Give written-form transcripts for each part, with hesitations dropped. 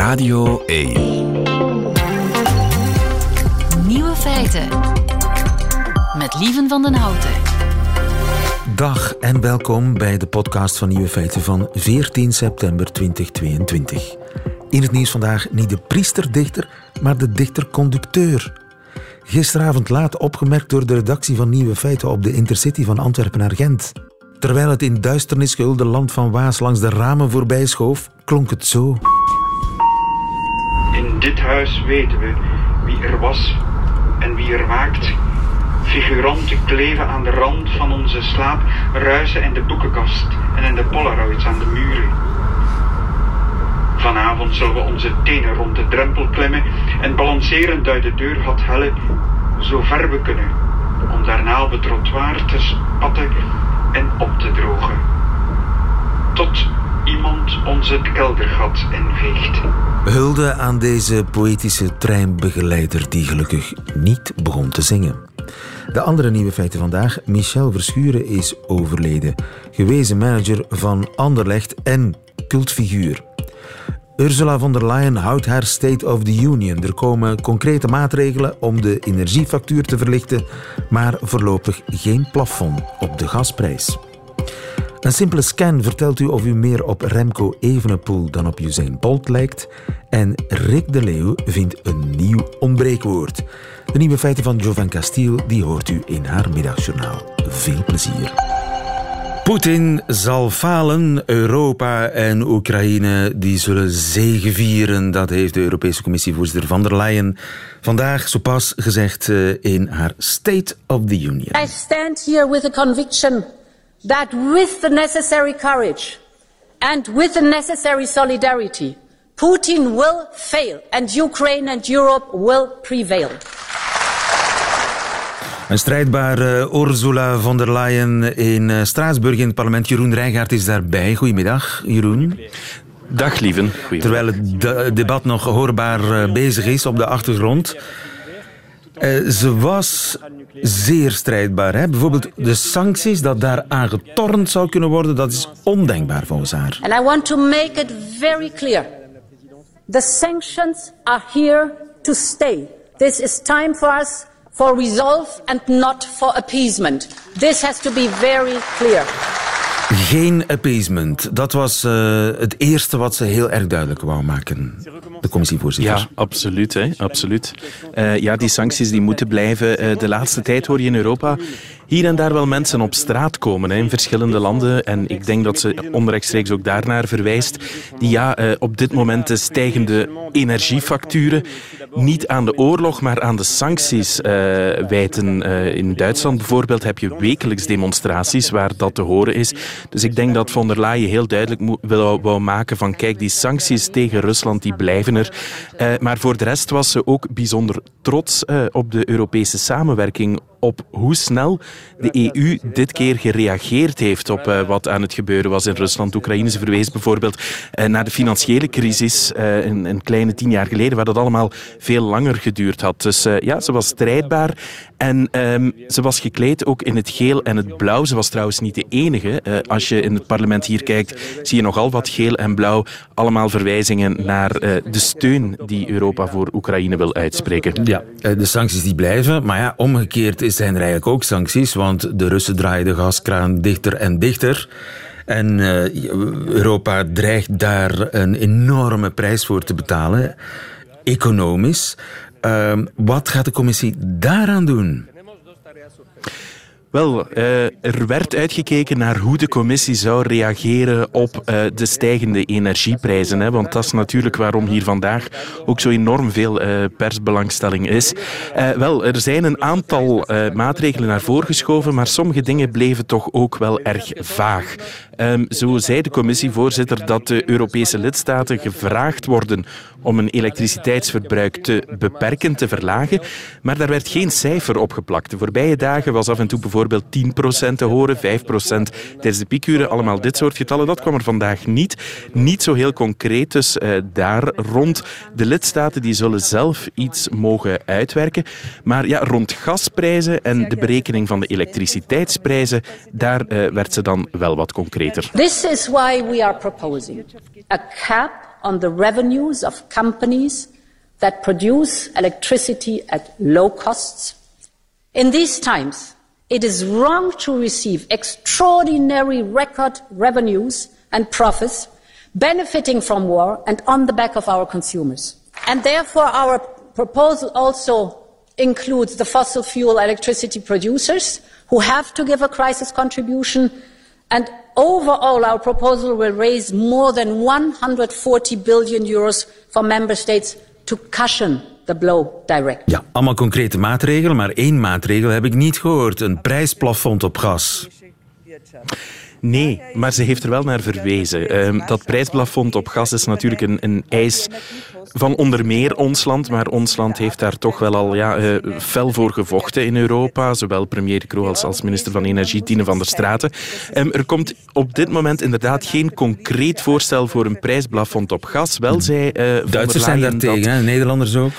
Radio 1. Nieuwe feiten. Met Lieven van den Houten. Dag en welkom bij de podcast van Nieuwe Feiten van 14 september 2022. In het nieuws vandaag niet de priesterdichter, maar de dichter-conducteur. Gisteravond laat opgemerkt door de redactie van Nieuwe Feiten op de Intercity van Antwerpen naar Gent. Terwijl het in duisternis gehulde land van Waas langs de ramen voorbij schoof, klonk het zo. In dit huis weten we wie er was en wie er waakt. Figuranten kleven aan de rand van onze slaap, ruisen in de boekenkast en in de polaroids aan de muren. Vanavond zullen we onze tenen rond de drempel klimmen en balancerend uit de deurgat hellen, zo ver we kunnen, om daarna op het trottoir te spatten en op te drogen. Tot iemand ons het keldergat inveegt. Hulde aan deze poëtische treinbegeleider die gelukkig niet begon te zingen. De andere nieuwe feiten vandaag. Michel Verschuren is overleden. Gewezen manager van Anderlecht en cultfiguur. Ursula von der Leyen houdt haar State of the Union. Er komen concrete maatregelen om de energiefactuur te verlichten, maar voorlopig geen plafond op de gasprijs. Een simpele scan vertelt u of u meer op Remco Evenepoel dan op Usain Bolt lijkt. En Rick de Leeuw vindt een nieuw ontbreekwoord. De nieuwe feiten van Jovan Castiel die hoort u in haar middagjournaal. Veel plezier. Poetin zal falen. Europa en Oekraïne die zullen zegevieren. Dat heeft de Europese Commissievoorzitter von der Leyen vandaag zo pas gezegd in haar State of the Union. I stand here with the conviction that with the necessary courage and with the necessary solidarity, Putin will fail and Ukraine and Europe will prevail. Een strijdbare Ursula von der Leyen in Straatsburg in het parlement. Jeroen Rijgaard is daarbij. Goedemiddag, Jeroen. Dag, Lieven. Terwijl het debat nog hoorbaar bezig is op de achtergrond. Ze was zeer strijdbaar. Hè? Bijvoorbeeld de sancties, dat daar aan getornd zou kunnen worden, dat is ondenkbaar volgens haar. And I want to make it very clear. The sanctions are here to stay. This is time for us for resolve and not for appeasement. This has to be very clear. Geen appeasement. Dat was het eerste wat ze heel erg duidelijk wou maken. De commissievoorzitter. Ja, absoluut. Hè, absoluut. Die sancties die moeten blijven. De laatste tijd hoor je in Europa hier en daar wel mensen op straat komen in verschillende landen. En ik denk dat ze onrechtstreeks ook daarnaar verwijst. Die op dit moment de stijgende energiefacturen niet aan de oorlog, maar aan de sancties wijten. In Duitsland bijvoorbeeld heb je wekelijks demonstraties waar dat te horen is. Dus ik denk dat von der Leyen heel duidelijk wou maken van kijk, die sancties tegen Rusland die blijven er. Maar voor de rest was ze ook bijzonder trots op de Europese samenwerking, op hoe snel de EU dit keer gereageerd heeft op wat aan het gebeuren was in Rusland. Oekraïne, ze verwees bijvoorbeeld naar de financiële crisis een kleine 10 jaar geleden, waar dat allemaal veel langer geduurd had. Dus ze was strijdbaar en ze was gekleed ook in het geel en het blauw. Ze was trouwens niet de enige. Als je in het parlement hier kijkt, zie je nogal wat geel en blauw. Allemaal verwijzingen naar de steun die Europa voor Oekraïne wil uitspreken. Ja, de sancties die blijven, maar ja, omgekeerd zijn er eigenlijk ook sancties, want de Russen draaien de gaskraan dichter en dichter. En Europa dreigt daar een enorme prijs voor te betalen, economisch. Wat gaat de commissie daaraan doen? Wel, er werd uitgekeken naar hoe de commissie zou reageren op de stijgende energieprijzen. Hè, want dat is natuurlijk waarom hier vandaag ook zo enorm veel persbelangstelling is. Er zijn een aantal maatregelen naar voren geschoven, maar sommige dingen bleven toch ook wel erg vaag. Zo zei de commissievoorzitter dat de Europese lidstaten gevraagd worden om een elektriciteitsverbruik te beperken, te verlagen. Maar daar werd geen cijfer op geplakt. De voorbije dagen was af en toe bijvoorbeeld 10% te horen, 5% tijdens de piekuren, allemaal dit soort getallen. Dat kwam er vandaag niet. Niet zo heel concreet, dus daar rond. De lidstaten die zullen zelf iets mogen uitwerken. Maar ja, rond gasprijzen en de berekening van de elektriciteitsprijzen, daar werd ze dan wel wat concreter. This is why we are proposing a cap on the revenues of companies that produce electricity at low costs. In these times, it is wrong to receive extraordinary record revenues and profits benefiting from war and on the back of our consumers. And therefore our proposal also includes the fossil fuel electricity producers who have to give a crisis contribution, and overall our proposal will raise more than 140 billion euros for member states to cushion the blow direct. Ja, allemaal concrete maatregelen, maar één maatregel heb ik niet gehoord. Een prijsplafond op gas. Nee, maar ze heeft er wel naar verwezen. Dat prijsplafond op gas is natuurlijk een eis van onder meer ons land, maar ons land heeft daar toch wel al fel voor gevochten in Europa. Zowel premier Croo als minister van Energie, Tine van der Straeten. Er komt op dit moment inderdaad geen concreet voorstel voor een prijsplafond op gas. Wel zei Duitsers zijn daar tegen, hè? Nederlanders ook.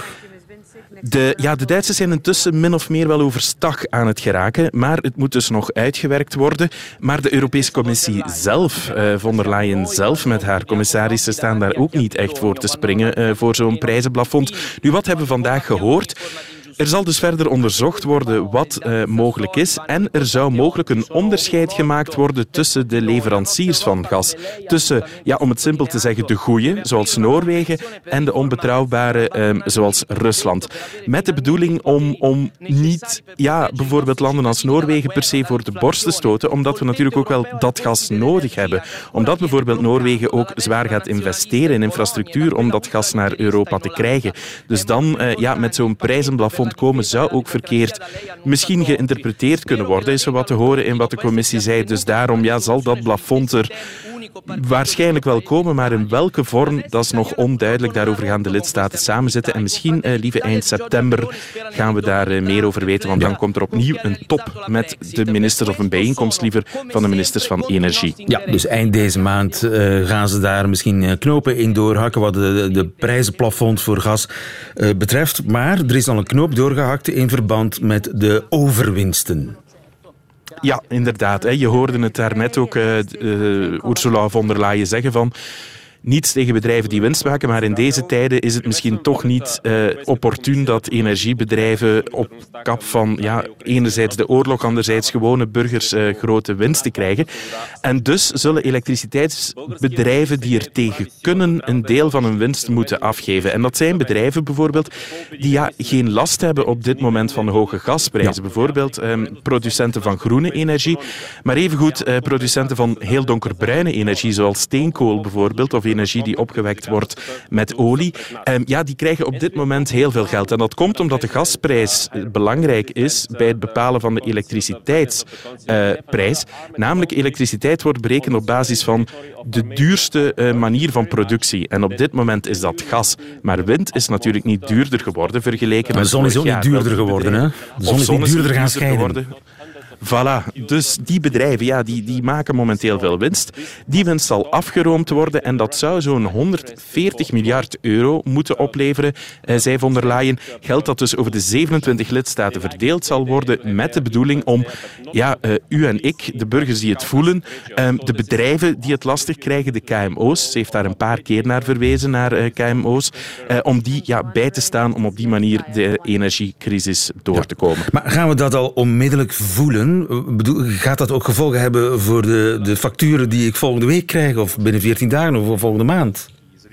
De Duitsers zijn intussen min of meer wel overstag aan het geraken, maar het moet dus nog uitgewerkt worden. Maar de Europese Commissie zelf, von der Leyen zelf met haar commissarissen, staan daar ook niet echt voor te springen voor zo'n prijzenplafond. Nu, wat hebben we vandaag gehoord? Er zal dus verder onderzocht worden wat mogelijk is en er zou mogelijk een onderscheid gemaakt worden tussen de leveranciers van gas. Tussen, om het simpel te zeggen, de goeie, zoals Noorwegen, en de onbetrouwbare, zoals Rusland. Met de bedoeling om niet bijvoorbeeld landen als Noorwegen per se voor de borst te stoten, omdat we natuurlijk ook wel dat gas nodig hebben. Omdat bijvoorbeeld Noorwegen ook zwaar gaat investeren in infrastructuur om dat gas naar Europa te krijgen. Dus dan met zo'n prijzenplafond komen zou ook verkeerd misschien geïnterpreteerd kunnen worden, is er wat te horen in wat de commissie zei. Dus daarom zal dat plafond er waarschijnlijk wel komen, maar in welke vorm, dat is nog onduidelijk. Daarover gaan de lidstaten samenzitten en misschien, lieve eind september, gaan we daar meer over weten, want dan komt er opnieuw een top met de ministers, of een bijeenkomst liever, van de ministers van Energie. Ja, dus eind deze maand gaan ze daar misschien knopen in doorhakken wat de prijzenplafond voor gas betreft. Maar er is al een knoop doorgehakt in verband met de overwinsten. Ja, inderdaad. Je hoorde het daarnet ook Ursula von der Leyen zeggen van niets tegen bedrijven die winst maken, maar in deze tijden is het misschien toch niet opportun dat energiebedrijven op kap van enerzijds de oorlog, anderzijds gewone burgers grote winsten krijgen. En dus zullen elektriciteitsbedrijven die er tegen kunnen een deel van hun winst moeten afgeven. En dat zijn bedrijven bijvoorbeeld die geen last hebben op dit moment van de hoge gasprijzen. Ja. Bijvoorbeeld producenten van groene energie, maar evengoed producenten van heel donkerbruine energie, zoals steenkool bijvoorbeeld, of energie die opgewekt wordt met olie. Die krijgen op dit moment heel veel geld. En dat komt omdat de gasprijs belangrijk is bij het bepalen van de elektriciteitsprijs. Namelijk, elektriciteit wordt berekend op basis van de duurste manier van productie. En op dit moment is dat gas. Maar wind is natuurlijk niet duurder geworden vergeleken met de zon is ook niet duurder geworden, hè? De zon is niet duurder gaan schijnen. Voilà, dus die bedrijven die maken momenteel veel winst. Die winst zal afgeroomd worden en dat zou zo'n 140 miljard euro moeten opleveren, zei von der Leyen. Geld dat dus over de 27 lidstaten verdeeld zal worden met de bedoeling om u en ik, de burgers die het voelen, de bedrijven die het lastig krijgen, de KMO's, ze heeft daar een paar keer naar verwezen, naar KMO's, om die bij te staan om op die manier de energiecrisis door te komen. Maar gaan we dat al onmiddellijk voelen? Gaat dat ook gevolgen hebben voor de facturen die ik volgende week krijg, of binnen 14 dagen of volgende maand?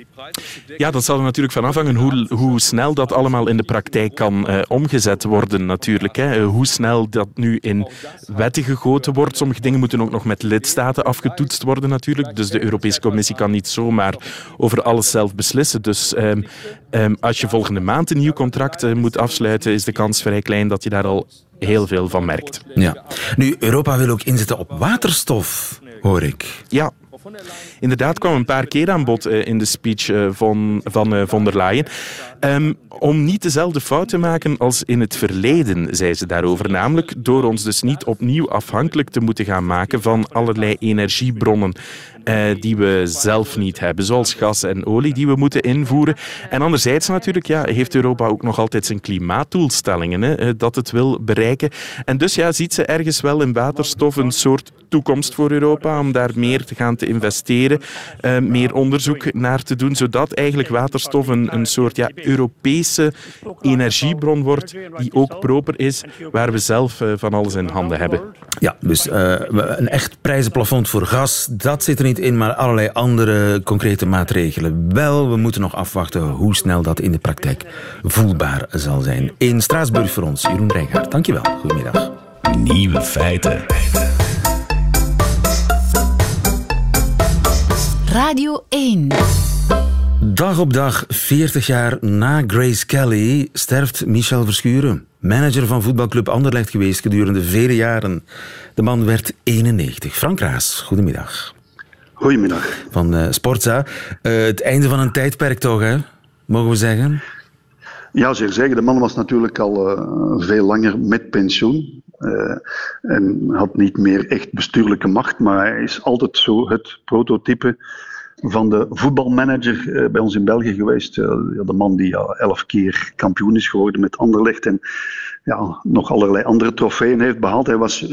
Ja, dat zal er natuurlijk van afhangen hoe snel dat allemaal in de praktijk kan omgezet worden natuurlijk. Hoe snel dat nu in wetten gegoten wordt. Sommige dingen moeten ook nog met lidstaten afgetoetst worden natuurlijk. Dus de Europese Commissie kan niet zomaar over alles zelf beslissen. Dus als je volgende maand een nieuw contract moet afsluiten, is de kans vrij klein dat je daar al heel veel van merkt. Ja. Nu, Europa wil ook inzetten op waterstof, hoor ik. Ja. Inderdaad kwam een paar keer aan bod in de speech van von der Leyen. Om niet dezelfde fout te maken als in het verleden, zei ze daarover. Namelijk door ons dus niet opnieuw afhankelijk te moeten gaan maken van allerlei energiebronnen. die we zelf niet hebben, zoals gas en olie die we moeten invoeren. En anderzijds natuurlijk heeft Europa ook nog altijd zijn klimaatdoelstellingen, dat het wil bereiken. En dus ziet ze ergens wel in waterstof een soort toekomst voor Europa, om daar meer te gaan te investeren, meer onderzoek naar te doen, zodat eigenlijk waterstof een soort Europese energiebron wordt, die ook proper is, waar we zelf van alles in handen hebben. Ja, dus een echt prijzenplafond voor gas, dat zit er niet in, maar allerlei andere concrete maatregelen wel. We moeten nog afwachten hoe snel dat in de praktijk voelbaar zal zijn. In Straatsburg voor ons, Jeroen Rijkaard. Dankjewel. Goedemiddag. Nieuwe feiten. Radio 1. Dag op dag, 40 jaar na Grace Kelly, sterft Michel Verschuren. Manager van voetbalclub Anderlecht geweest gedurende vele jaren. De man werd 91. Frank Raas, goedemiddag. Goedemiddag. Van Sportza. Het einde van een tijdperk toch, hè? Mogen we zeggen? Ja, zeer zeker. De man was natuurlijk al veel langer met pensioen. En had niet meer echt bestuurlijke macht, maar hij is altijd zo het prototype van de voetbalmanager bij ons in België geweest. De man die 11 keer kampioen is geworden met Anderlecht en nog allerlei andere trofeeën heeft behaald.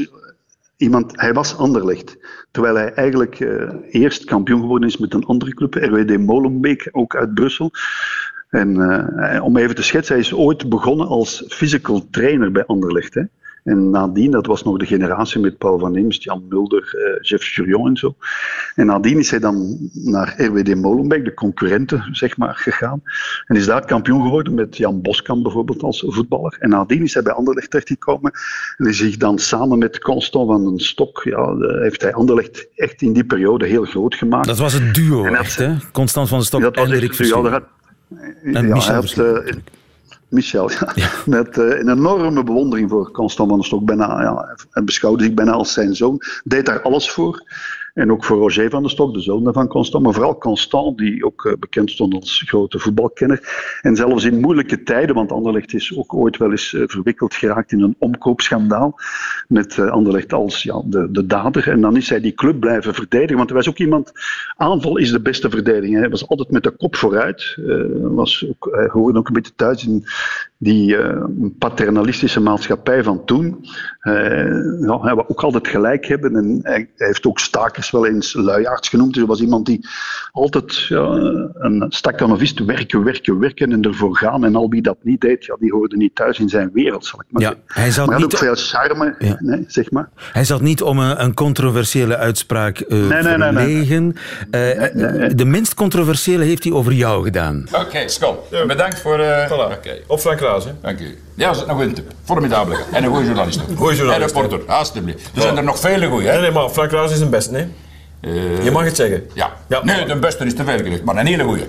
Hij was Anderlecht, terwijl hij eigenlijk eerst kampioen geworden is met een andere club, RWD Molenbeek, ook uit Brussel. En om even te schetsen, hij is ooit begonnen als physical trainer bij Anderlecht, hè. En nadien, dat was nog de generatie met Paul van Imst, Jan Mulder, Jeff Jurion en zo. En nadien is hij dan naar RWD Molenbeek, de concurrenten, zeg maar, gegaan. En is daar kampioen geworden met Jan Boskamp bijvoorbeeld als voetballer. En nadien is hij bij Anderlecht terechtgekomen. En is zich dan samen met Constant van den Stok, heeft hij Anderlecht echt in die periode heel groot gemaakt. Dat was het duo, echt, hè? Constant van den Stok en Erik Verschuren. En Michel Verschuren. Michel, met een enorme bewondering voor Constant van den Stok. Hij beschouwde zich bijna als zijn zoon. Deed daar alles voor. En ook voor Roger van den Stok, de zoon van Constant. Maar vooral Constant, die ook bekend stond als grote voetbalkenner. En zelfs in moeilijke tijden, want Anderlecht is ook ooit wel eens verwikkeld geraakt in een omkoopschandaal. Met Anderlecht als de dader. En dan is hij die club blijven verdedigen. Want hij was ook iemand, aanval is de beste verdediging. Hij was altijd met de kop vooruit. Hij hoorde ook een beetje thuis in die paternalistische maatschappij van toen. Hij wou ook altijd gelijk hebben. En hij heeft ook stakers wel eens luiaards genoemd. Dus er was iemand die altijd een stak aan een vis werken en ervoor gaan. En al wie dat niet deed, die hoorde niet thuis in zijn wereld, zal ik maar zeggen. Hij zat maar niet had ook veel charme. Ja. Nee, zeg maar. Hij zat niet om een controversiële uitspraak verlegen. De minst controversiële heeft hij over jou gedaan. Oké, Skol. Bedankt voor... Op Frank Raas, hè? Dank u. Ja, zit nog in. Formidabele. En een goede journalist. En reporter, alstublieft. Er zijn er nog vele goeie, hè? Nee, maar Frank Raas is een beste, hè? Je mag het zeggen. Ja. Nee, de beste is te veel gezegd, maar een hele goeie.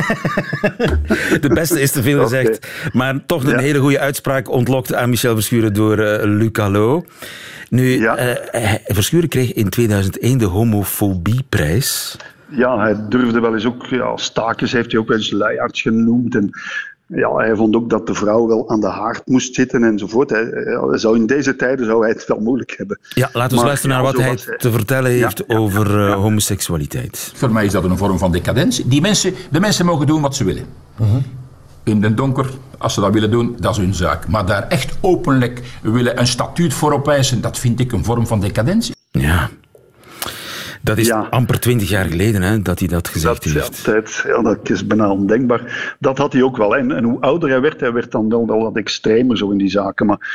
De beste is te veel gezegd. Maar toch een hele goede uitspraak ontlokt aan Michel Verschuren door Luc Allo. Nu, Verschuren kreeg in 2001 de homofobieprijs. Ja, hij durfde wel eens ook... stakers heeft hij ook wel eens luiaards genoemd. En hij vond ook dat de vrouw wel aan de haard moest zitten enzovoort. In deze tijden zou hij het wel moeilijk hebben. Ja, laten we luisteren naar wat hij te vertellen heeft over homoseksualiteit. Voor mij is dat een vorm van decadentie. De mensen mogen doen wat ze willen. In den donker, als ze dat willen doen, dat is hun zaak. Maar daar echt openlijk willen een statuut voor opeisen, dat vind ik een vorm van decadentie. Ja. Dat is amper 20 jaar geleden, hè, dat hij dat gezegd heeft. Dat is bijna ondenkbaar. Dat had hij ook wel. En hoe ouder hij werd dan wel wat extremer zo in die zaken. Maar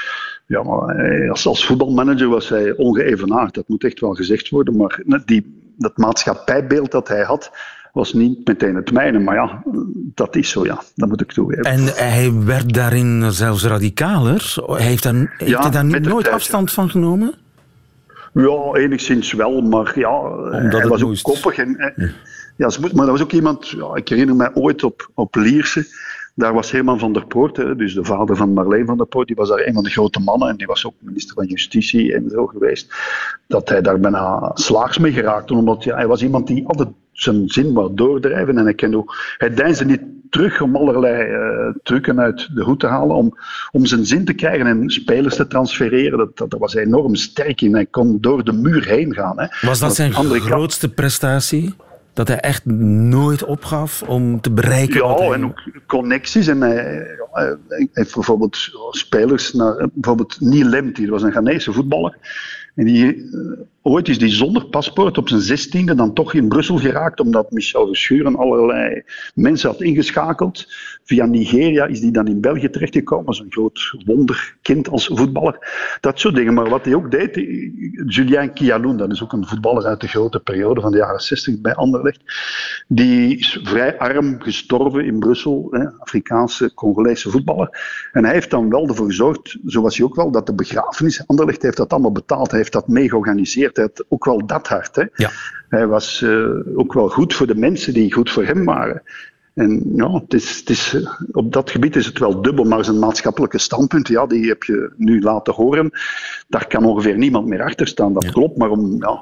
als voetbalmanager was hij ongeëvenaard. Dat moet echt wel gezegd worden. Maar dat maatschappijbeeld dat hij had, was niet meteen het mijne. Maar dat is zo, dat moet ik toegeven. En hij werd daarin zelfs radicaler. Heeft hij daar nooit afstand van genomen? Ja, enigszins wel, maar hij was ook koppig. Maar dat was ook iemand, ik herinner mij ooit op Lierse, daar was Herman van der Poort, dus de vader van Marleen van der Poort, die was daar een van de grote mannen en die was ook minister van Justitie en zo geweest, dat hij daar bijna slaags mee geraakte, omdat hij was iemand die altijd zijn zin wou doordrijven. En hij deinsde niet terug om allerlei trucken uit de hoed te halen om zijn zin te krijgen en spelers te transfereren. Daar was hij enorm sterk in. Hij kon door de muur heen gaan. Hè. Was dat zijn grootste prestatie? Dat hij echt nooit opgaf om te bereiken? Ja, en ook connecties. En hij heeft bijvoorbeeld spelers, bijvoorbeeld Neil Lemty, dat was een Ghanese voetballer. En ooit is die zonder paspoort op zijn 16e dan toch in Brussel geraakt, omdat Michel Verschuren allerlei mensen had ingeschakeld. Via Nigeria is die dan in België terechtgekomen, zo'n groot wonderkind als voetballer. Dat soort dingen. Maar wat hij ook deed, Julien Kialoun, dat is ook een voetballer uit de grote periode van de jaren 60 bij Anderlecht, die is vrij arm gestorven in Brussel, Afrikaanse, Congolese voetballer. En hij heeft dan wel ervoor gezorgd, zo was hij ook wel, dat de begrafenis, Anderlecht heeft dat allemaal betaald, hij heeft dat mee georganiseerd, hij had ook wel dat hart. Hè. Ja. Hij was ook wel goed voor de mensen die goed voor hem waren. En ja, op dat gebied is het wel dubbel, maar zijn maatschappelijke standpunten, ja, die heb je nu laten horen. Daar kan ongeveer niemand meer achter staan, dat klopt. Maar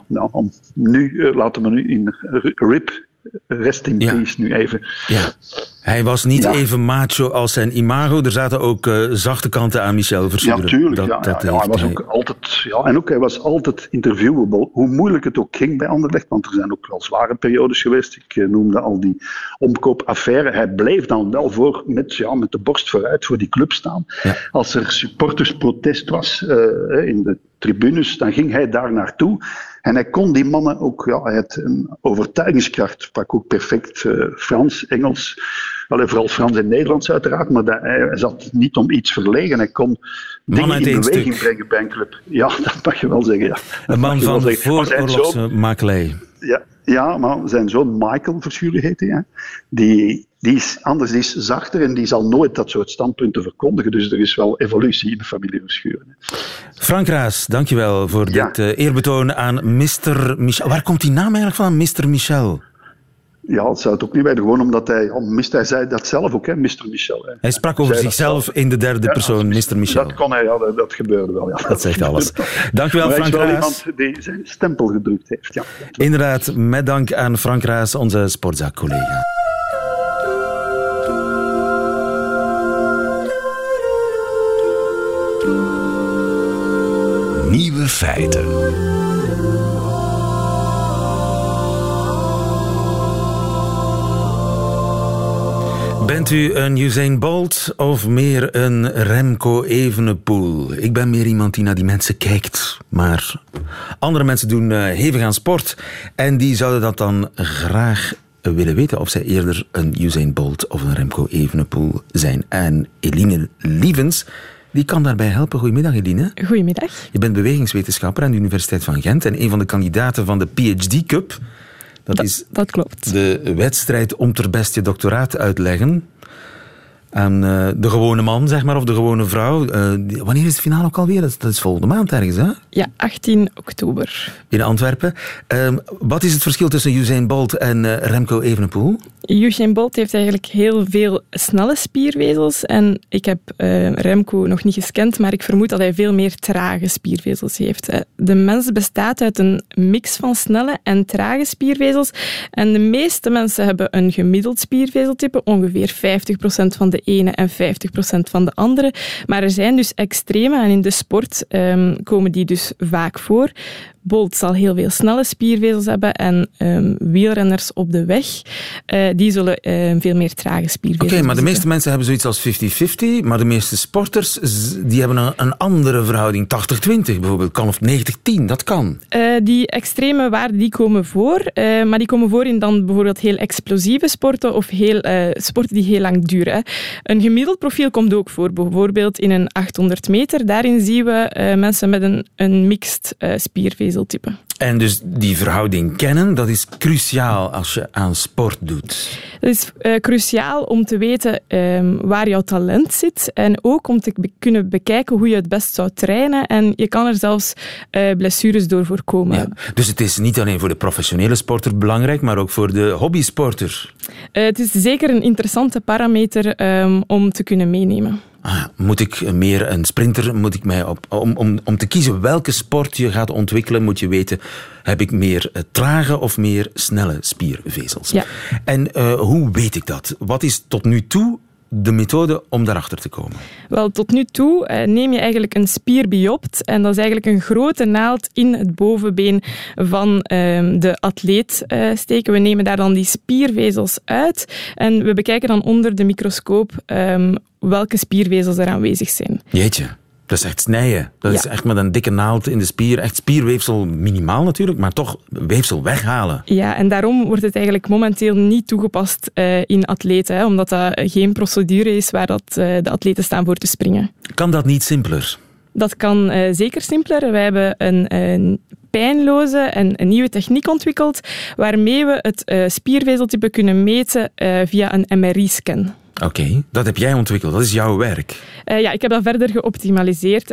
laten we nu in RIP, rest in peace, nu even. Ja. Hij was niet even macho als zijn imago. Er zaten ook zachte kanten aan Michel Verschuren. Ja, tuurlijk. Hij was ook altijd, en ook, hij was altijd interviewable. Hoe moeilijk het ook ging bij Anderlecht, want er zijn ook wel zware periodes geweest. Ik noemde al die omkoopaffaire. Hij bleef dan wel met de borst vooruit voor die club staan. Ja. Als er supportersprotest was in de tribunes, dan ging hij daar naartoe. En hij kon die mannen ook, hij had een overtuigingskracht, sprak ook perfect Frans, Engels, vooral Frans en Nederlands uiteraard, maar hij zat niet om iets verlegen. Hij kon dingen in beweging brengen bij een club. Ja, dat mag je wel zeggen. Ja. Een man van vooroorlogse makelij. Ja, maar zijn zoon Michael Verschuren heet hij. Die is zachter en die zal nooit dat soort standpunten verkondigen. Dus er is wel evolutie in de familie Verschuren. Frank Raas, dankjewel voor dit eerbetoon aan Mr. Michel. Waar komt die naam eigenlijk van, Mr. Michel? Ja, dat zou het ook niet weten. Gewoon omdat hij zei dat zelf ook, hè, Mr. Michel. Hè. Hij sprak over zichzelf in de derde persoon, Mr. Michel. Dat kon hij, dat gebeurde wel. Ja. Dat zegt alles. Dankjewel, Frank Raas. Hij is wel iemand die zijn stempel gedrukt heeft. Ja. Inderdaad, met dank aan Frank Raas, onze sportzaakcollega. Nieuwe feiten. Bent u een Usain Bolt of meer een Remco Evenepoel? Ik ben meer iemand die naar die mensen kijkt. Maar andere mensen doen hevig aan sport. En die zouden dat dan graag willen weten of zij eerder een Usain Bolt of een Remco Evenepoel zijn. En Eline Lievens, die kan daarbij helpen. Goedemiddag, Eline. Goedemiddag. Je bent bewegingswetenschapper aan de Universiteit van Gent en een van de kandidaten van de PhD Cup. Dat klopt. De wedstrijd om ter best je doctoraat uitleggen aan de gewone man, zeg maar, of de gewone vrouw. Wanneer is de finale ook alweer? Dat is volgende maand ergens, hè? Ja, 18 oktober. In Antwerpen. Wat is het verschil tussen Usain Bolt en Remco Evenepoel? Usain Bolt heeft eigenlijk heel veel snelle spiervezels. En ik heb Remco nog niet gescand, maar ik vermoed dat hij veel meer trage spiervezels heeft. De mens bestaat uit een mix van snelle en trage spiervezels. En de meeste mensen hebben een gemiddeld spiervezeltype, ongeveer 50% van de ene en 50% van de andere. Maar er zijn dus extreme en in de sport komen die dus vaak voor. Bolt zal heel veel snelle spiervezels hebben en wielrenners op de weg, die zullen veel meer trage spiervezels Oké, maar de bezitten. meeste mensen hebben zoiets als 50-50, maar de meeste sporters die hebben een andere verhouding. 80-20 bijvoorbeeld, kan of 90-10, dat kan. Die extreme waarden die komen voor, maar die komen voor in dan bijvoorbeeld heel explosieve sporten of sporten die heel lang duren. Hè. Een gemiddeld profiel komt ook voor, bijvoorbeeld in een 800 meter. Daarin zien we mensen met een mixed spiervezeltype. En dus die verhouding kennen, dat is cruciaal als je aan sport doet. Het is cruciaal om te weten waar jouw talent zit en ook om te kunnen bekijken hoe je het best zou trainen. En je kan er zelfs blessures door voorkomen. Ja, dus het is niet alleen voor de professionele sporter belangrijk, maar ook voor de hobbysporter. Het is zeker een interessante parameter om te kunnen meenemen. Moet ik meer een sprinter? Moet ik mij om te kiezen welke sport je gaat ontwikkelen, moet je weten, heb ik meer trage of meer snelle spiervezels? Ja. En hoe weet ik dat? Wat is tot nu toe de methode om daarachter te komen? Wel, tot nu toe neem je eigenlijk een spierbiopt en dat is eigenlijk een grote naald in het bovenbeen van de atleet steken. We nemen daar dan die spiervezels uit en we bekijken dan onder de microscoop welke spiervezels er aanwezig zijn. Jeetje. Dat is echt snijden. Dat is echt met een dikke naald in de spier. Echt spierweefsel minimaal natuurlijk, maar toch weefsel weghalen. Ja, en daarom wordt het eigenlijk momenteel niet toegepast in atleten, omdat dat geen procedure is waar de atleten staan voor te springen. Kan dat niet simpeler? Dat kan zeker simpeler. Wij hebben een pijnloze en een nieuwe techniek ontwikkeld waarmee we het spiervezeltype kunnen meten via een MRI-scan. Oké, dat heb jij ontwikkeld. Dat is jouw werk. Ja, ik heb dat verder geoptimaliseerd.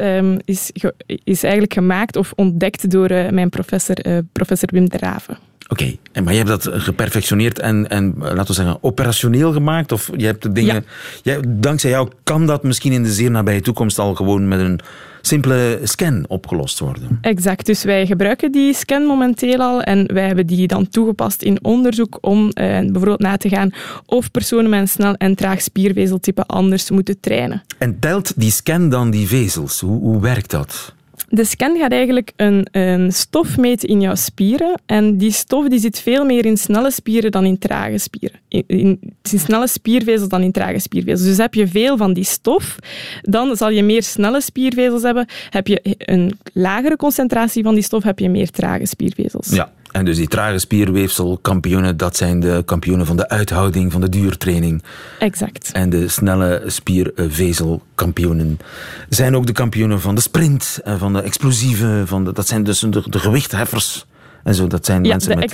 Is eigenlijk gemaakt of ontdekt door mijn professor Wim de Raven. Oké, maar je hebt dat geperfectioneerd en laten we zeggen, operationeel gemaakt? Of je hebt de dingen... Ja. Dankzij jou kan dat misschien in de zeer nabije toekomst al gewoon met een simpele scan opgelost worden? Exact, dus wij gebruiken die scan momenteel al en wij hebben die dan toegepast in onderzoek om bijvoorbeeld na te gaan of personen met een snel en traag spiervezeltype anders moeten trainen. En telt die scan dan die vezels? Hoe werkt dat? De scan gaat eigenlijk een stof meten in jouw spieren en die stof die zit veel meer in snelle spieren dan in trage spieren. In snelle spiervezels dan in trage spiervezels. Dus heb je veel van die stof, dan zal je meer snelle spiervezels hebben. Heb je een lagere concentratie van die stof, heb je meer trage spiervezels. Ja. En dus die trage spierweefselkampioenen, dat zijn de kampioenen van de uithouding, van de duurtraining. Exact. En de snelle spiervezelkampioenen zijn ook de kampioenen van de sprint, van de explosieve, dat zijn dus de gewichtheffers. En zo, dat zijn mensen de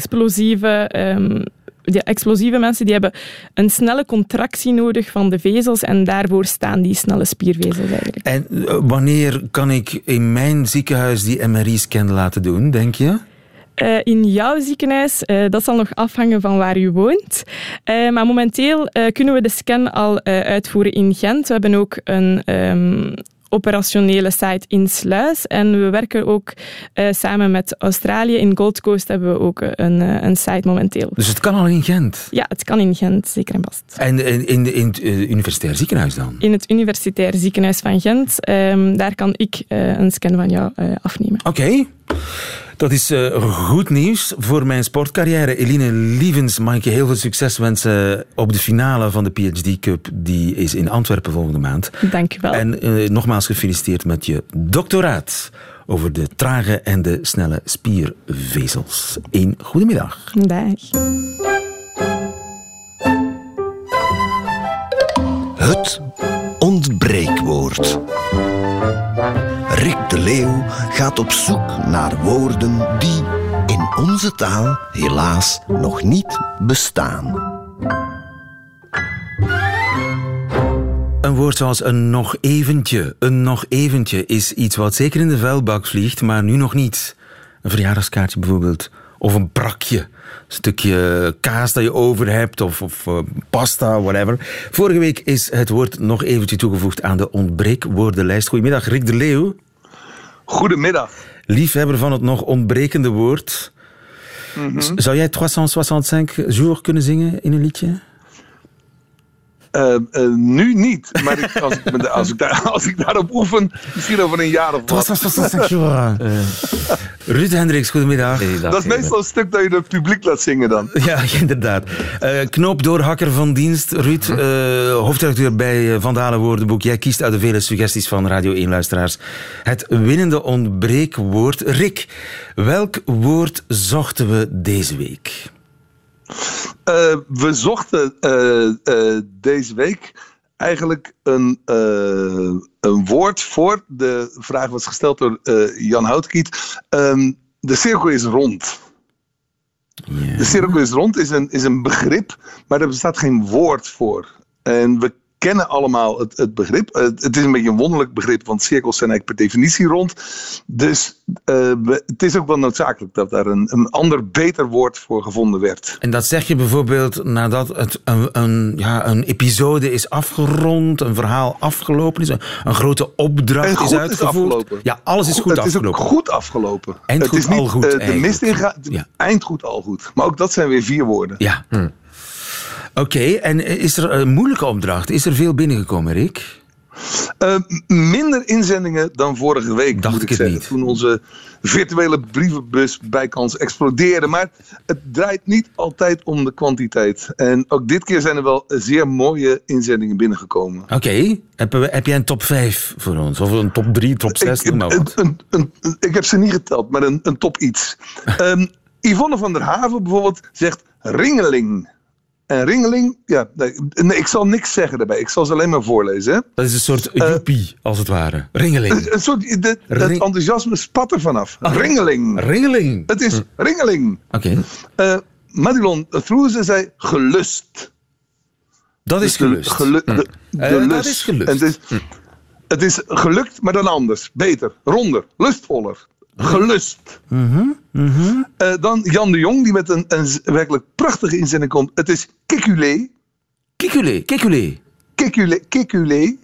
explosieve mensen die hebben een snelle contractie nodig van de vezels en daarvoor staan die snelle spiervezels eigenlijk. En wanneer kan ik in mijn ziekenhuis die MRI-scan laten doen, denk je? In jouw ziekenhuis, dat zal nog afhangen van waar u woont. Maar momenteel kunnen we de scan al uitvoeren in Gent. We hebben ook een operationele site in Sluis. En we werken ook samen met Australië. In Gold Coast hebben we ook een site momenteel. Dus het kan al in Gent? Ja, het kan in Gent, zeker en vast. En in het universitair ziekenhuis dan? In het universitair ziekenhuis van Gent. Daar kan ik een scan van jou afnemen. Oké. Dat is goed nieuws voor mijn sportcarrière. Eline Lievens, mag ik je heel veel succes wensen op de finale van de PhD Cup. Die is in Antwerpen volgende maand. Dank u wel. En nogmaals gefeliciteerd met je doctoraat over de trage en de snelle spiervezels. Een goedemiddag. Dag. Het ontbreekwoord. Rick de Leeuw gaat op zoek naar woorden die in onze taal helaas nog niet bestaan. Een woord zoals een nog eventje is iets wat zeker in de vuilbak vliegt, maar nu nog niet. Een verjaardagskaartje bijvoorbeeld, of een brakje. Een stukje kaas dat je over hebt, of pasta, whatever. Vorige week is het woord nog eventje toegevoegd aan de ontbreekwoordenlijst. Goedemiddag, Rick de Leeuw. Goedemiddag. Liefhebber van het nog ontbrekende woord. Mm-hmm. Zou jij 365 jours kunnen zingen in een liedje? Nu niet, maar als ik daarop oefen, misschien over een jaar of wat. Ruud Hendricks, goedemiddag. Hey, dat is meestal een stuk dat je het publiek laat zingen dan. Ja, inderdaad. Knoopdoorhakker van dienst. Ruud, hoofdredacteur bij Van Dalen Woordenboek. Jij kiest uit de vele suggesties van Radio 1-luisteraars het winnende ontbreekwoord. Rick, welk woord zochten we deze week? We zochten deze week eigenlijk een woord voor. De vraag was gesteld door Jan Houtkiet. De cirkel is rond. Yeah. De cirkel is rond is een begrip, maar er bestaat geen woord voor. En we kennen allemaal het begrip. Het is een beetje een wonderlijk begrip, want cirkels zijn eigenlijk per definitie rond. Dus het is ook wel noodzakelijk dat daar een ander, beter woord voor gevonden werd. En dat zeg je bijvoorbeeld nadat het een episode is afgerond, een verhaal afgelopen is, een grote opdracht is uitgevoerd. Ja, alles is goed afgelopen. Het is ook goed afgelopen. Eind goed, het is niet al goed. de mist ingaan. Eind goed, al goed. Maar ook dat zijn weer 4 woorden. Ja. Oké, en is er een moeilijke opdracht? Is er veel binnengekomen, Rick? Minder inzendingen dan vorige week, Dacht moet ik het zeggen. niet. Toen onze virtuele brievenbus bijkans explodeerde. Maar het draait niet altijd om de kwantiteit. En ook dit keer zijn er wel zeer mooie inzendingen binnengekomen. Oké. Heb jij een top 5 voor ons? Of een top 3, top 6? Ik heb ze niet geteld, maar een top iets. Yvonne van der Haven bijvoorbeeld zegt ringeling. En ringeling, ja, nee, ik zal niks zeggen daarbij. Ik zal ze alleen maar voorlezen. Hè. Dat is een soort joepie, als het ware. Ringeling. Een soort, het enthousiasme spat er vanaf. Ringeling. Ringeling. Het is ringeling. Oké. Madelon Vroeze zei gelust. Dat is gelust. Dat is gelust. En het is gelukt, maar dan anders. Beter, ronder, lustvoller. Gelust. Dan Jan de Jong, die met een werkelijk prachtige inzending komt. Het is kekulé. Kekulé. Kekulé.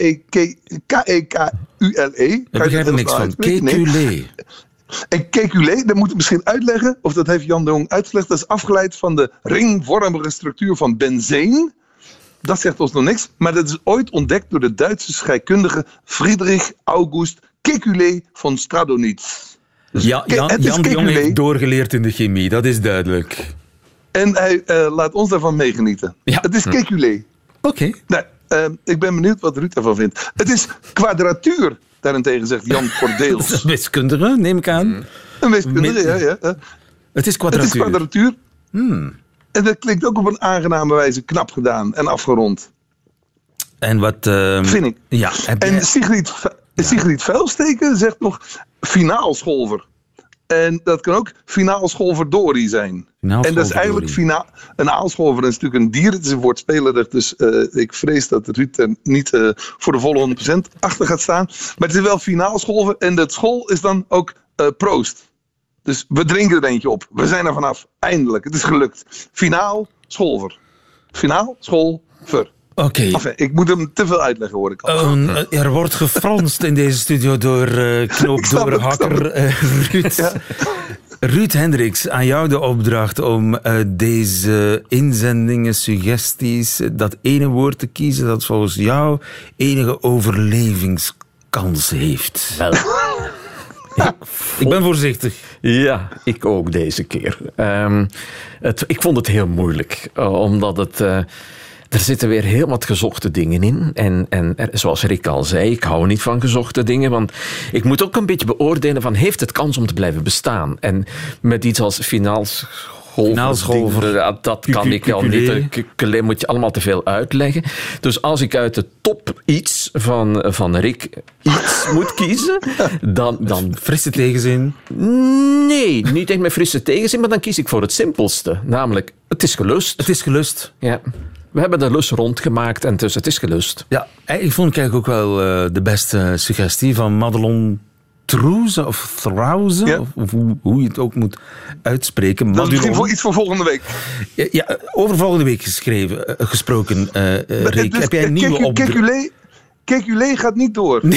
K-E-K-U-L-E. Daar begrijp ik niks van. Kekulé. En kekulé, dat moet ik misschien uitleggen. Of dat heeft Jan de Jong uitgelegd. Dat is afgeleid van de ringvormige structuur van benzeen. Dat zegt ons nog niks. Maar dat is ooit ontdekt door de Duitse scheikundige Friedrich August Kekulé van Stradonitz. Dus Jan de Jong heeft doorgeleerd in de chemie, dat is duidelijk. En hij laat ons daarvan meegenieten. Ja. Het is Kekulé. Oké. Nou, ik ben benieuwd wat Ruud daarvan vindt. Het is kwadratuur, daarentegen zegt Jan Cordeels. Dat is een wiskundige, neem ik aan. Een wiskundige, ja. Het is kwadratuur. Het is kwadratuur. En dat klinkt ook op een aangename wijze knap gedaan en afgerond. En wat... vind ik. Ja, en Sigrid Vuilsteken zegt nog finaalscholver. En dat kan ook finaalscholverdori zijn. En dat is eigenlijk een aalscholver is natuurlijk een dier. Het is een woordspeler, dus ik vrees dat Ruud er niet voor de volle 100% achter gaat staan. Maar het is wel finaalscholver en dat school is dan ook proost. Dus we drinken er eentje op. We zijn er vanaf. Eindelijk. Het is gelukt. Finaalscholver. Finaalscholver. Oké. Enfin, ik moet hem te veel uitleggen, hoor ik al. Er wordt gefronst in deze studio door knoopdoorhakker Ruud. Ja. Ruud Hendricks, aan jou de opdracht om deze inzendingen, suggesties, dat ene woord te kiezen dat volgens jou enige overlevingskans heeft. Wel. Ik ben voorzichtig. Ja, ik ook deze keer. Ik vond het heel moeilijk, omdat het... Er zitten weer heel wat gezochte dingen in. En zoals Rick al zei, ik hou niet van gezochte dingen. Want ik moet ook een beetje beoordelen van, heeft het kans om te blijven bestaan? En met iets als finaalscholver, dat kan ik al niet. Moet je allemaal te veel uitleggen. Dus als ik uit de top iets van Rick iets moet kiezen, dan... Frisse tegenzin? Nee, niet echt met frisse tegenzin, maar dan kies ik voor het simpelste. Namelijk, het is gelust. Het is gelust. Ja. We hebben de lus rondgemaakt en dus het is gelust. Ja, ik vond ook wel de beste suggestie van Madelon Trouze of Trouze, ja. Of hoe je het ook moet uitspreken. Dat is misschien voor iets voor volgende week. Ja, over volgende week gesproken, Rick. Dus, heb jij een nieuwe opdracht? Kekulé gaat niet door. Nee.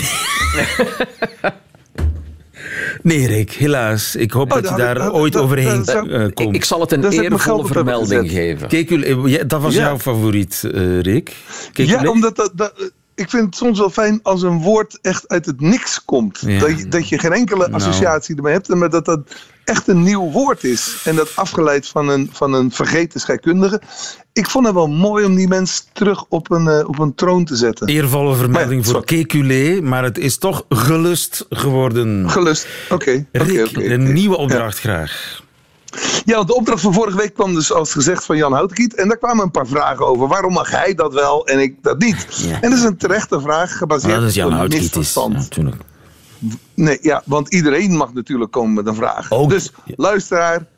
Nee, Rick, helaas. Ik hoop dat je daar ooit overheen komt. Ik zal het een eervolle vermelding geven. Kekulé, dat was jouw favoriet, Rick? Kekulé? Ja, omdat ik vind het soms wel fijn als een woord echt uit het niks komt. Ja. Dat je geen enkele associatie ermee hebt, maar dat echt een nieuw woord is. En dat afgeleid van een vergeten scheikundige. Ik vond het wel mooi om die mensen terug op een troon te zetten. Eervolle vermelding voor Kekulé, maar het is toch gelust geworden. Gelust, oké. Een nieuwe opdracht graag. Ja, want de opdracht van vorige week kwam dus als gezegd van Jan Houtkiet. En daar kwamen een paar vragen over. Waarom mag hij dat wel en ik dat niet? Ja. En dat is een terechte vraag gebaseerd op een misverstand. Ja, natuurlijk. Nee, ja, want iedereen mag natuurlijk komen met een vraag. Dus luisteraar,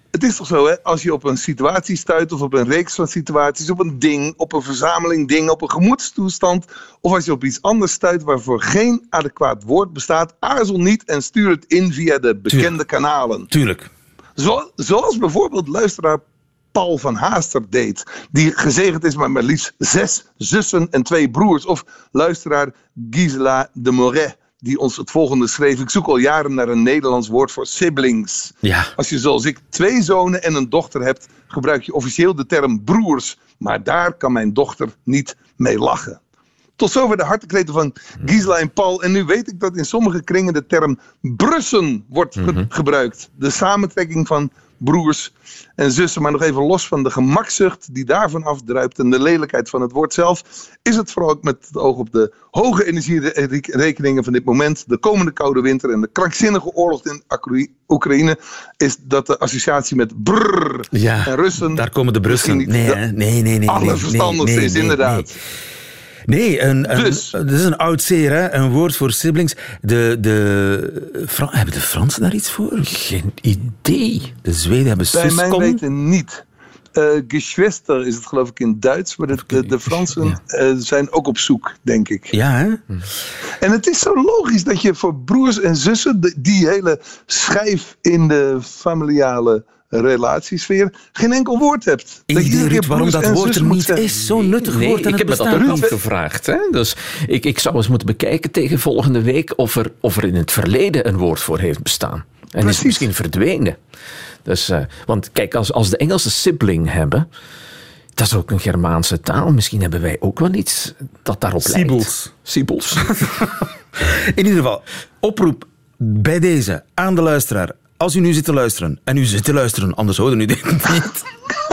het is toch zo, hè? Als je op een situatie stuit of op een reeks van situaties, op een ding, op een verzameling dingen, op een gemoedstoestand, of als je op iets anders stuit waarvoor geen adequaat woord bestaat, aarzel niet en stuur het in via de bekende kanalen. Tuurlijk. Zoals bijvoorbeeld luisteraar Paul van Haaster deed, die gezegend is met maar liefst 6 zussen en 2 broers. Of luisteraar Gisela de Moret, die ons het volgende schreef: ik zoek al jaren naar een Nederlands woord voor siblings. Ja. Als je zoals ik 2 zonen en een dochter hebt, gebruik je officieel de term broers. Maar daar kan mijn dochter niet mee lachen. Tot zover de hartekreten van Gisela en Paul. En nu weet ik dat in sommige kringen de term brussen wordt gebruikt. De samentrekking van broers en zussen. Maar nog even los van de gemakzucht die daarvan afdruipt en de lelijkheid van het woord zelf, is het vooral ook met het oog op de hoge energierekeningen van dit moment, de komende koude winter en de krankzinnige oorlog in Oekraïne, is dat de associatie met brrr en Russen... Daar komen de Brussen. Nee. Allerverstandigste is inderdaad. Nee, dat is een oud zeer, hè? Een woord voor siblings. Hebben de Fransen daar iets voor? Geen idee. De Zweden hebben Bij mijn weten niet. Geschwister is het geloof ik in Duits, maar de Fransen zijn ook op zoek, denk ik. Ja, hè? En het is zo logisch dat je voor broers en zussen, die hele schijf in de familiale relatiesfeer, geen enkel woord hebt. Ruud, waarom dat woord er niet is. Zo'n nuttig woord. Ik heb me dat ook afgevraagd. Hè? Dus ik zou eens moeten bekijken tegen volgende week of er in het verleden een woord voor heeft bestaan. En is het misschien verdwenen. Dus, want kijk, als de Engelsen sibling hebben, dat is ook een Germaanse taal. Misschien hebben wij ook wel iets dat daarop lijkt. Siebels. In ieder geval, oproep bij deze aan de luisteraar. Als u nu zit te luisteren, en u zit te luisteren, anders houden u dit niet.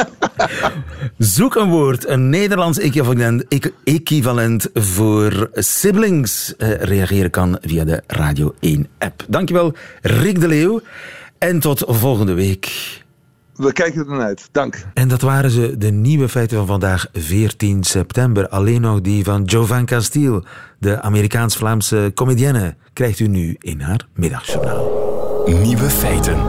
Zoek een woord, een Nederlands equivalent voor siblings. Reageren kan via de Radio 1-app. Dankjewel, Rick de Leeuw. En tot volgende week. We kijken er naar uit. Dank. En dat waren ze, de nieuwe feiten van vandaag, 14 september. Alleen nog die van Jovan Castile, de Amerikaans-Vlaamse comedienne, krijgt u nu in haar middagjournaal. Nieuwe feiten.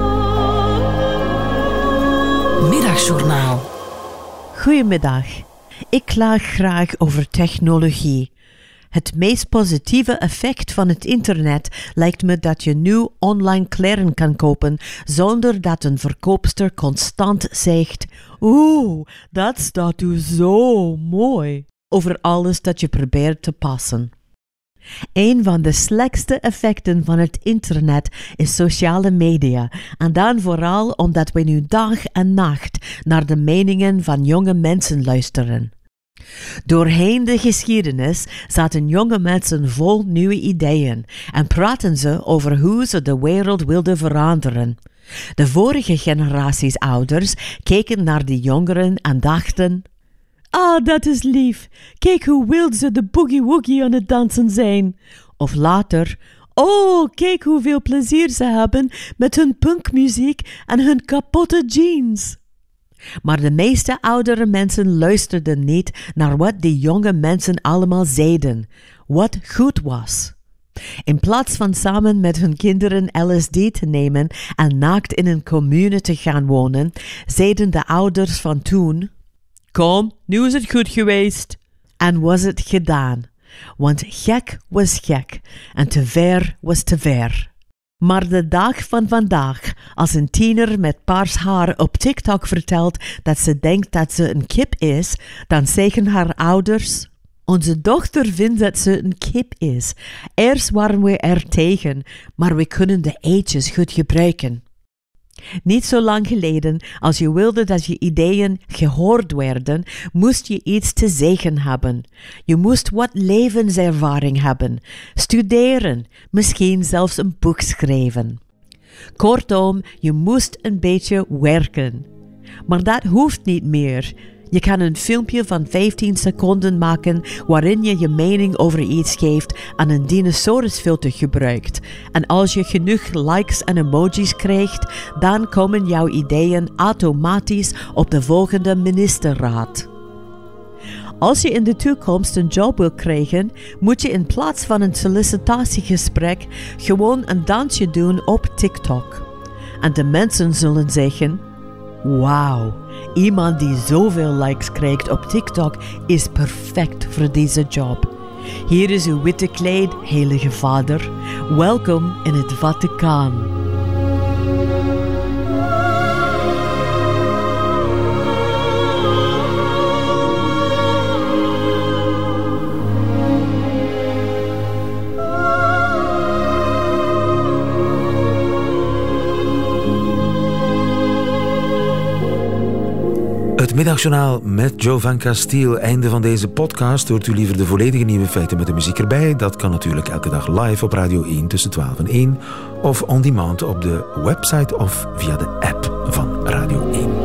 Middagjournaal. Goedemiddag. Ik klaag graag over technologie. Het meest positieve effect van het internet lijkt me dat je nu online kleren kan kopen zonder dat een verkoopster constant zegt: oeh, dat staat u zo mooi, over alles dat je probeert te passen. Een van de slechtste effecten van het internet is sociale media. En dan vooral omdat we nu dag en nacht naar de meningen van jonge mensen luisteren. Doorheen de geschiedenis zaten jonge mensen vol nieuwe ideeën en praten ze over hoe ze de wereld wilden veranderen. De vorige generaties ouders keken naar de jongeren en dachten: ah, dat is lief. Kijk hoe wild ze de boogie-woogie aan het dansen zijn. Of later: oh, kijk hoeveel plezier ze hebben met hun punkmuziek en hun kapotte jeans. Maar de meeste oudere mensen luisterden niet naar wat die jonge mensen allemaal zeiden, wat goed was. In plaats van samen met hun kinderen LSD te nemen en naakt in een commune te gaan wonen, zeiden de ouders van toen: kom, nu is het goed geweest. En was het gedaan. Want gek was gek en te ver was te ver. Maar de dag van vandaag, als een tiener met paars haar op TikTok vertelt dat ze denkt dat ze een kip is, dan zeggen haar ouders: onze dochter vindt dat ze een kip is. Eerst waren we er tegen, maar we kunnen de eitjes goed gebruiken. Niet zo lang geleden, als je wilde dat je ideeën gehoord werden, moest je iets te zeggen hebben. Je moest wat levenservaring hebben, studeren, misschien zelfs een boek schrijven. Kortom, je moest een beetje werken. Maar dat hoeft niet meer. Je kan een filmpje van 15 seconden maken waarin je je mening over iets geeft en een dinosaurusfilter gebruikt. En als je genoeg likes en emojis krijgt, dan komen jouw ideeën automatisch op de volgende ministerraad. Als je in de toekomst een job wil krijgen, moet je in plaats van een sollicitatiegesprek gewoon een dansje doen op TikTok. En de mensen zullen zeggen: wauw, iemand die zoveel likes krijgt op TikTok is perfect voor deze job. Hier is uw witte kleed, heilige vader. Welkom in het Vaticaan. Het Middagjournaal met Joe van Castiel. Einde van deze podcast. Hoort u liever de volledige nieuwe feiten met de muziek erbij? Dat kan natuurlijk elke dag live op Radio 1 tussen 12 en 1. Of on demand op de website of via de app van Radio 1.